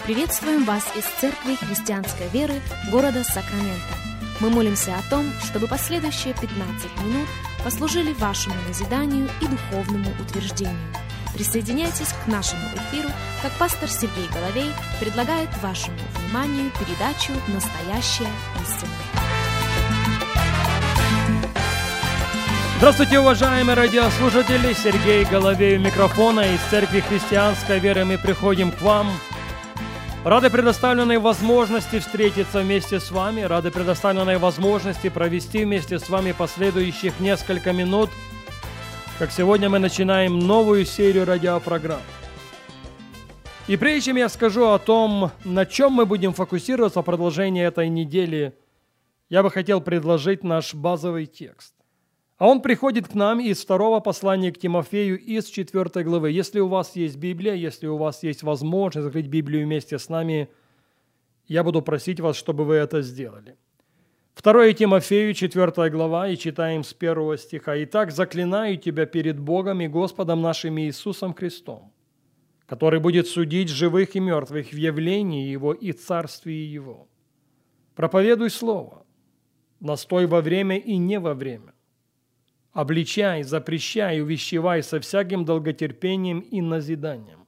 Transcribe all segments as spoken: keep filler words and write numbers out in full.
Приветствуем вас из Церкви Христианской Веры города Сакраменто. Мы молимся о том, чтобы последующие пятнадцать минут послужили вашему назиданию и духовному утверждению. Присоединяйтесь к нашему эфиру, как пастор Сергей Головей предлагает вашему вниманию передачу «Настоящая истина». Здравствуйте, уважаемые радиослушатели! Сергей Головей у микрофона. Из Церкви Христианской Веры мы приходим к вам. Рады предоставленной возможности встретиться вместе с вами, рады предоставленной возможности провести вместе с вами последующих несколько минут, как сегодня мы начинаем новую серию радиопрограмм. И прежде чем я скажу о том, на чем мы будем фокусироваться в продолжении этой недели, я бы хотел предложить наш базовый текст. А он приходит к нам из второго послания к Тимофею из четвёртой главы. Если у вас есть Библия, если у вас есть возможность открыть Библию вместе с нами, я буду просить вас, чтобы вы это сделали. второе Тимофею, четвёртая глава, и читаем с первого стиха. «Итак, заклинаю тебя перед Богом и Господом нашим Иисусом Христом, который будет судить живых и мертвых в явлении Его и царствии Его. Проповедуй Слово, настой во время и не во время. Обличай, запрещай, увещевай со всяким долготерпением и назиданием.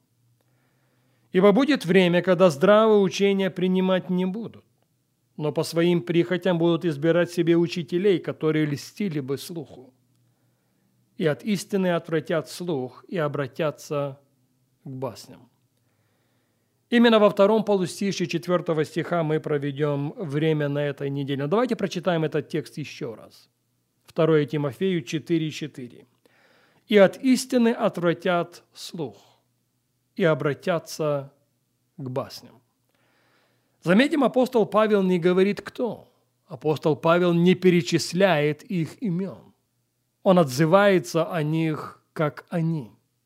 Ибо будет время, когда здравое учение принимать не будут, но по своим прихотям будут избирать себе учителей, которые льстили бы слуху, и от истины отвратят слух и обратятся к басням». Именно во втором полустишье четвертого стиха мы проведем время на этой неделе. Но давайте прочитаем этот текст еще раз. второе Тимофею четыре четыре. «И от истины отвратят слух, и обратятся к басням». Заметим, апостол Павел не говорит кто. Апостол Павел не перечисляет их имен. Он отзывается о них, как они.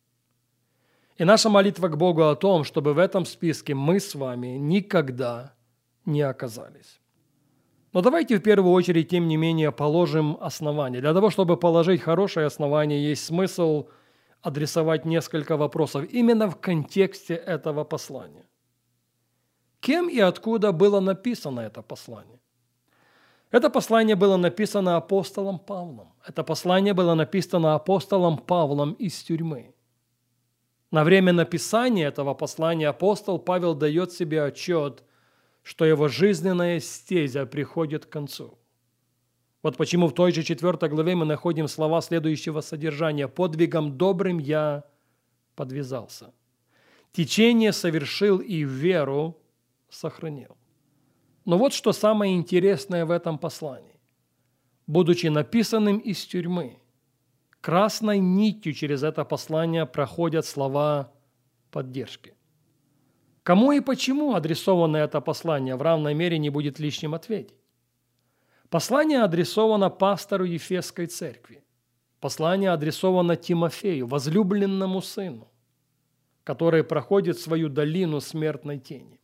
И наша молитва к Богу о том, чтобы в этом списке мы с вами никогда не оказались. Но давайте в первую очередь, тем не менее, положим основание. Для того, чтобы положить хорошее основание, есть смысл адресовать несколько вопросов именно в контексте этого послания. Кем и откуда было написано это послание? Это послание было написано апостолом Павлом. Это послание было написано апостолом Павлом из тюрьмы. На время написания этого послания апостол Павел дает себе отчет, что его жизненная стезя приходит к концу. Вот почему в той же четвёртой главе мы находим слова следующего содержания: «Подвигом добрым я подвязался, течение совершил и веру сохранил». Но вот что самое интересное в этом послании. Будучи написанным из тюрьмы, красной нитью через это послание проходят слова поддержки. Кому и почему адресовано это послание, в равной мере не будет лишним ответить. Послание адресовано пастору Ефесской церкви. Послание адресовано Тимофею, возлюбленному сыну, который проходит свою долину смертной тени.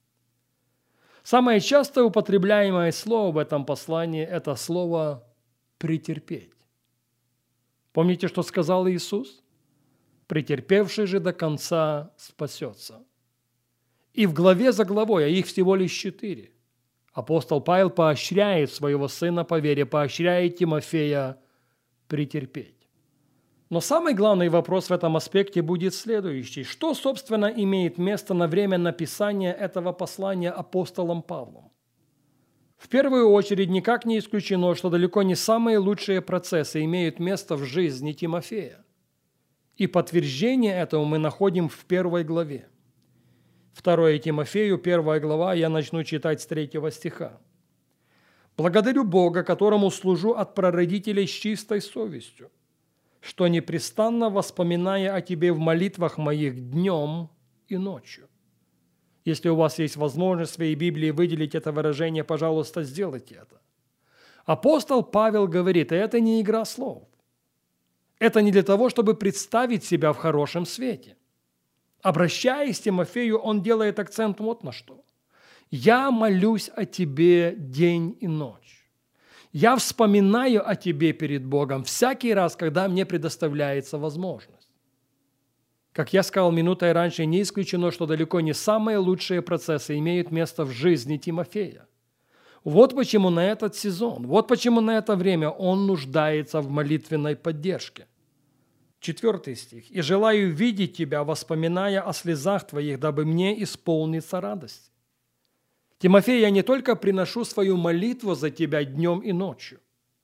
Самое часто употребляемое слово в этом послании – это слово «претерпеть». Помните, что сказал Иисус? «Претерпевший же до конца спасется». И в главе за главой, а их всего лишь четыре, апостол Павел поощряет своего сына по вере, поощряет Тимофея претерпеть. Но самый главный вопрос в этом аспекте будет следующий. Что, собственно, имеет место на время написания этого послания апостолом Павлом? В первую очередь, никак не исключено, что далеко не самые лучшие процессы имеют место в жизни Тимофея. И подтверждение этому мы находим в первой главе. второе Тимофею, первая глава, я начну читать с третьего стиха. «Благодарю Бога, которому служу от прародителей с чистой совестью, что непрестанно воспоминая о тебе в молитвах моих днем и ночью». Если у вас есть возможность в своей Библии выделить это выражение, пожалуйста, сделайте это. Апостол Павел говорит, и это не игра слов. Это не для того, чтобы представить себя в хорошем свете. Обращаясь к Тимофею, он делает акцент вот на что. «Я молюсь о тебе день и ночь. Я вспоминаю о тебе перед Богом всякий раз, когда мне предоставляется возможность». Как я сказал минутой раньше, не исключено, что далеко не самые лучшие процессы имеют место в жизни Тимофея. Вот почему на этот сезон, вот почему на это время он нуждается в молитвенной поддержке. Четвертый стих. «И желаю видеть тебя, воспоминая о слезах твоих, дабы мне исполниться радость». Тимофей, я не только приношу свою молитву за тебя днем и ночью.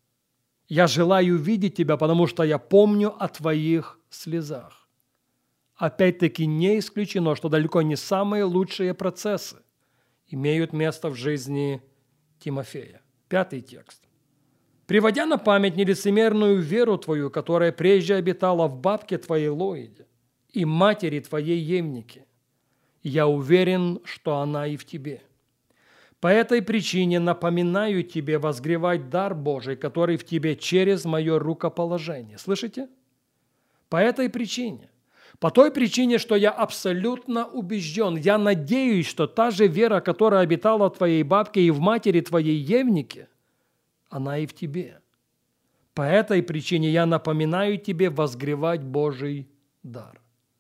Я желаю видеть тебя, потому что я помню о твоих слезах. Опять-таки не исключено, что далеко не самые лучшие процессы имеют место в жизни Тимофея. Пятый текст. «Приводя на память нелицемерную веру твою, которая прежде обитала в бабке твоей Лоиде и матери твоей Евнике, я уверен, что она и в тебе. По этой причине напоминаю тебе возгревать дар Божий, который в тебе через мое рукоположение». Слышите? По этой причине. По той причине, что я абсолютно убежден, я надеюсь, что та же вера, которая обитала в твоей бабке и в матери твоей Евнике, она и в тебе. По этой причине я напоминаю тебе возгревать Божий дар.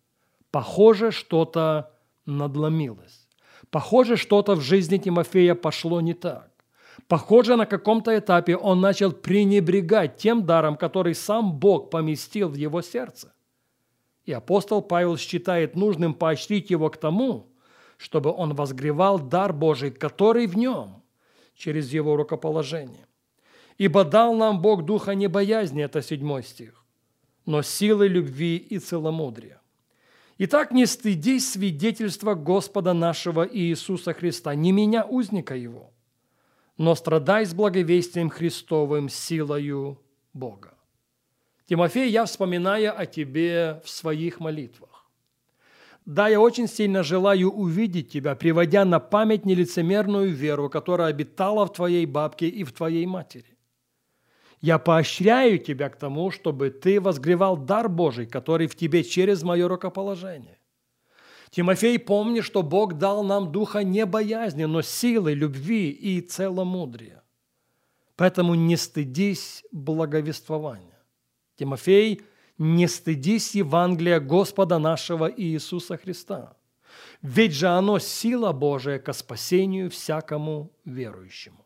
Похоже, что-то надломилось. Похоже, что-то в жизни Тимофея пошло не так. Похоже, на каком-то этапе он начал пренебрегать тем даром, который сам Бог поместил в его сердце. И апостол Павел считает нужным поощрить его к тому, чтобы он возгревал дар Божий, который в нем, через его рукоположение. «Ибо дал нам Бог духа не боязни», это седьмой стих, «но силы любви и целомудрия. Итак, не стыдись свидетельства Господа нашего Иисуса Христа, не меня, узника Его, но страдай с благовестием Христовым силою Бога». Тимофей, я вспоминаю о тебе в своих молитвах. Да, я очень сильно желаю увидеть тебя, приводя на память нелицемерную веру, которая обитала в твоей бабке и в твоей матери. Я поощряю тебя к тому, чтобы ты возгревал дар Божий, который в тебе через мое рукоположение. Тимофей, помни, что Бог дал нам духа не боязни, но силы, любви и целомудрия. Поэтому не стыдись благовествования. Тимофей, не стыдись Евангелия Господа нашего Иисуса Христа, ведь же оно сила Божия ко спасению всякому верующему.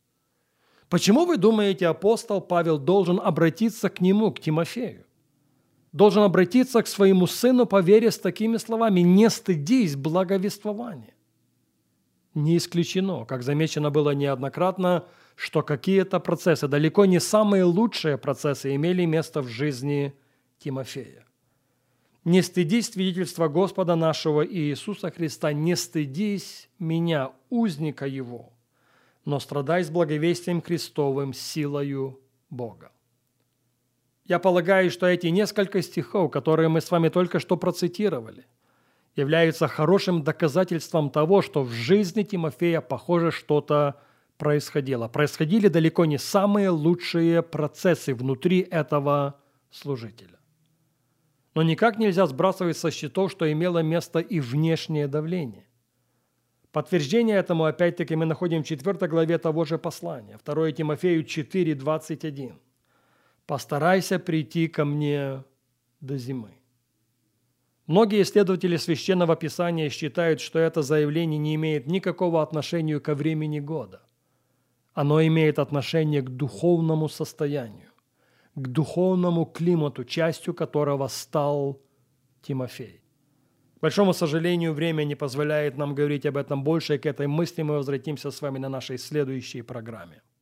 Почему вы думаете, апостол Павел должен обратиться к нему, к Тимофею? Должен обратиться к своему сыну по вере с такими словами: «Не стыдись благовествования». Не исключено, как замечено было неоднократно, что какие-то процессы, далеко не самые лучшие процессы, имели место в жизни Тимофея. «Не стыдись свидетельства Господа нашего Иисуса Христа, не стыдись меня, узника Его, но страдай с благовестием Христовым силою Бога». Я полагаю, что эти несколько стихов, которые мы с вами только что процитировали, являются хорошим доказательством того, что в жизни Тимофея, похоже, что-то происходило. Происходили далеко не самые лучшие процессы внутри этого служителя. Но никак нельзя сбрасывать со счетов, что имело место и внешнее давление. Подтверждение этому, опять-таки, мы находим в четвёртой главе того же послания, второе Тимофею четыре, двадцать один. «Постарайся прийти ко мне до зимы». Многие исследователи Священного Писания считают, что это заявление не имеет никакого отношения ко времени года. Оно имеет отношение к духовному состоянию, к духовному климату, частью которого стал Тимофей. К большому сожалению, время не позволяет нам говорить об этом больше, и к этой мысли мы возвратимся с вами на нашей следующей программе.